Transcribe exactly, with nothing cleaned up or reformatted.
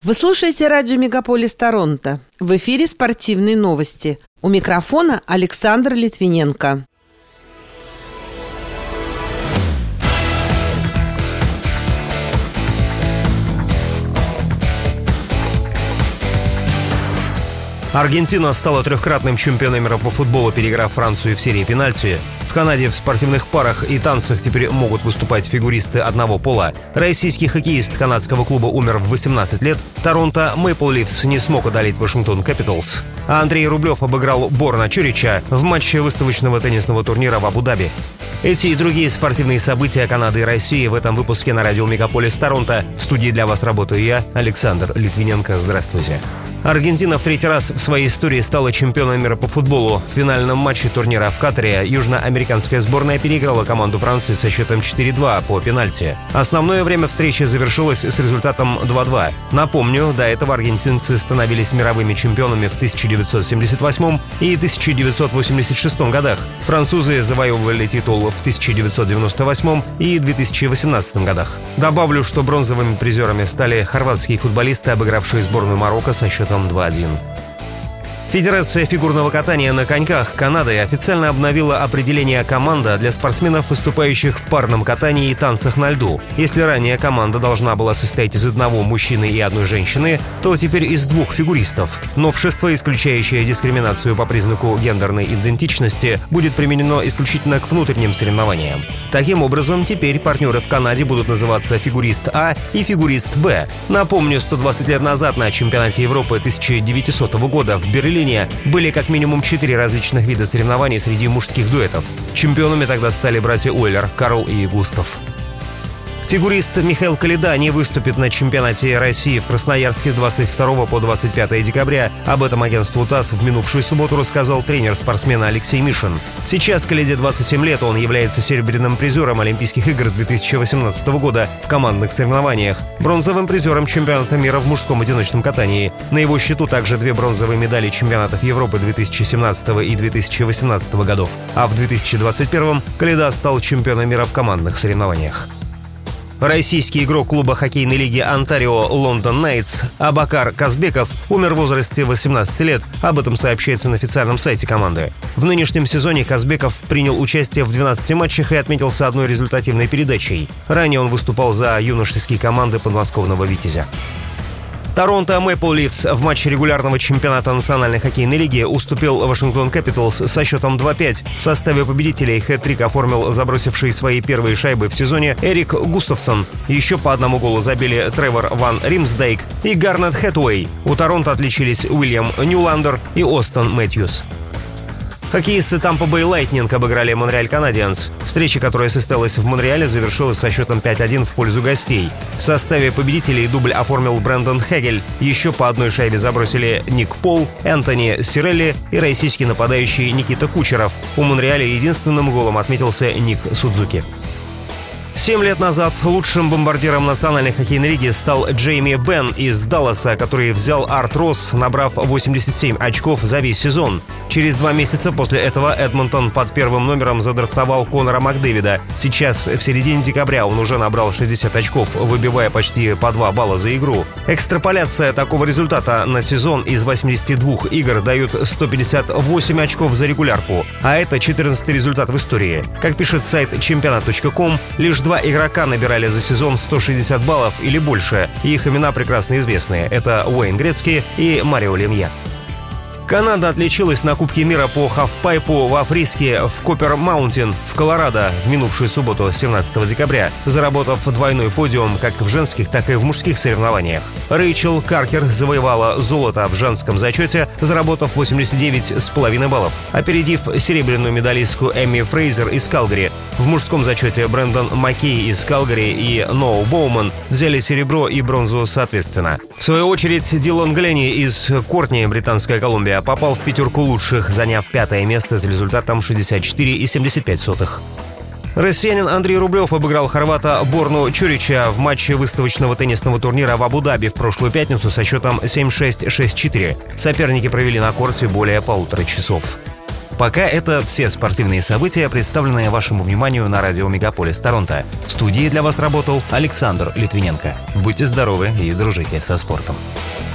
Вы слушаете радио «Мегаполис Торонто». В эфире спортивные новости. У микрофона Александр Литвиненко. Аргентина стала трехкратным чемпионом мира по футболу, переиграв Францию в серии пенальти. В Канаде в спортивных парах и танцах теперь могут выступать фигуристы одного пола. Российский хоккеист канадского клуба умер в восемнадцать лет. Торонто Мэйпл Ливс не смог одолеть Вашингтон Капиталс. А Андрей Рублев обыграл Борна Чурича в матче выставочного теннисного турнира в Абу-Даби. Эти и другие спортивные события Канады и России в этом выпуске на радио «Мегаполис Торонто». В студии для вас работаю я, Александр Литвиненко. Здравствуйте. Аргентина в третий раз в своей истории стала чемпионом мира по футболу. В финальном матче турнира в Катаре южноамериканская сборная переиграла команду Франции со счетом четыре-два по пенальти. Основное время встречи завершилось с результатом два-два. Напомню, до этого аргентинцы становились мировыми чемпионами в тысяча девятьсот семьдесят восьмом и тысяча девятьсот восемьдесят шестом годах. Французы завоевывали титул в тысяча девятьсот девяносто восьмом и две тысячи восемнадцатом годах. Добавлю, что бронзовыми призерами стали хорватские футболисты, обыгравшие сборную Марокко со счетом два-один. Федерация фигурного катания на коньках Канады официально обновила определение «команда» для спортсменов, выступающих в парном катании и танцах на льду. Если ранее команда должна была состоять из одного мужчины и одной женщины, то теперь из двух фигуристов. Новшество, исключающее дискриминацию по признаку гендерной идентичности, будет применено исключительно к внутренним соревнованиям. Таким образом, теперь партнеры в Канаде будут называться фигурист А и фигурист Б. Напомню, сто двадцать лет назад на чемпионате Европы тысяча девятисотого года в Берлине были как минимум четыре различных вида соревнований среди мужских дуэтов. Чемпионами тогда стали братья Уэллер, Карл и Густав. Фигурист Михаил Коляда не выступит на чемпионате России в Красноярске с двадцать второго по двадцать пятое декабря. Об этом агентству ТАСС в минувшую субботу рассказал тренер спортсмена Алексей Мишин. Сейчас Коляде двадцать семь лет, он является серебряным призером Олимпийских игр две тысячи восемнадцатого года в командных соревнованиях, бронзовым призером чемпионата мира в мужском одиночном катании. На его счету также две бронзовые медали чемпионатов Европы две тысячи семнадцатого и две тысячи восемнадцатого годов. А в две тысячи двадцать первом Коляда стал чемпионом мира в командных соревнованиях. Российский игрок клуба хоккейной лиги Онтарио Лондон Найтс Абакар Казбеков умер в возрасте восемнадцати лет. Об этом сообщается на официальном сайте команды. В нынешнем сезоне Казбеков принял участие в двенадцати матчах и отметился одной результативной передачей. Ранее он выступал за юношеские команды подмосковного «Витязя». Торонто Мэйпл Ливс в матче регулярного чемпионата Национальной хоккейной лиги уступил Вашингтон Капиталс со счетом два-пять. В составе победителей хэт-трик оформил забросивший свои первые шайбы в сезоне Эрик Густавсон. Еще по одному голу забили Тревор Ван Римсдайк и Гарнет Хэтуэй. У Торонто отличились Уильям Ньюландер и Остон Мэтьюс. Хоккеисты Тампа Бэй Лайтнинг обыграли Монреаль Канадиенс. Встреча, которая состоялась в Монреале, завершилась со счетом пять-один в пользу гостей. В составе победителей дубль оформил Брэндон Хегель. Еще по одной шайбе забросили Ник Пол, Энтони Сирелли и российский нападающий Никита Кучеров. У Монреаля единственным голом отметился Ник Судзуки. Семь лет назад лучшим бомбардиром Национальной хоккейной лиги стал Джейми Бен из Далласа, который взял Арт Росс, набрав восемьдесят семь очков за весь сезон. Через два месяца после этого Эдмонтон под первым номером задрафтовал Конора Макдэвида. Сейчас, в середине декабря, он уже набрал шестьдесят очков, выбивая почти по два балла за игру. Экстраполяция такого результата на сезон из восьмидесяти двух игр дает сто пятьдесят восемь очков за регулярку, а это четырнадцатый результат в истории. Как пишет сайт чемпионат точка ком, лишь два игрока набирали за сезон сто шестьдесят баллов или больше, и их имена прекрасно известны. Это Уэйн Грецки и Марио Лемье. Канада отличилась на Кубке мира по хафпайпу в Фриске в Коппер-Маунтин в Колорадо в минувшую субботу, семнадцатого декабря, заработав двойной подиум как в женских, так и в мужских соревнованиях. Рэйчел Каркер завоевала золото в женском зачете, заработав восемьдесят девять целых пять десятых баллов, опередив серебряную медалистку Эмми Фрейзер из Калгари. В мужском зачете Брэндон Маккей из Калгари и Ноу Боуман взяли серебро и бронзу соответственно. В свою очередь, Дилан Гленни из Кортни, Британская Колумбия, попал в пятерку лучших, заняв пятое место с результатом шестьдесят четыре целых семьдесят пять сотых. Россиянин Андрей Рублев обыграл хорвата Борну Чурича в матче выставочного теннисного турнира в Абу-Даби в прошлую пятницу со счетом семь-шесть, шесть-четыре. Соперники провели на корте более полутора часов. Пока это все спортивные события, представленные вашему вниманию на радио «Мегаполис Торонто». В студии для вас работал Александр Литвиненко. Будьте здоровы и дружите со спортом.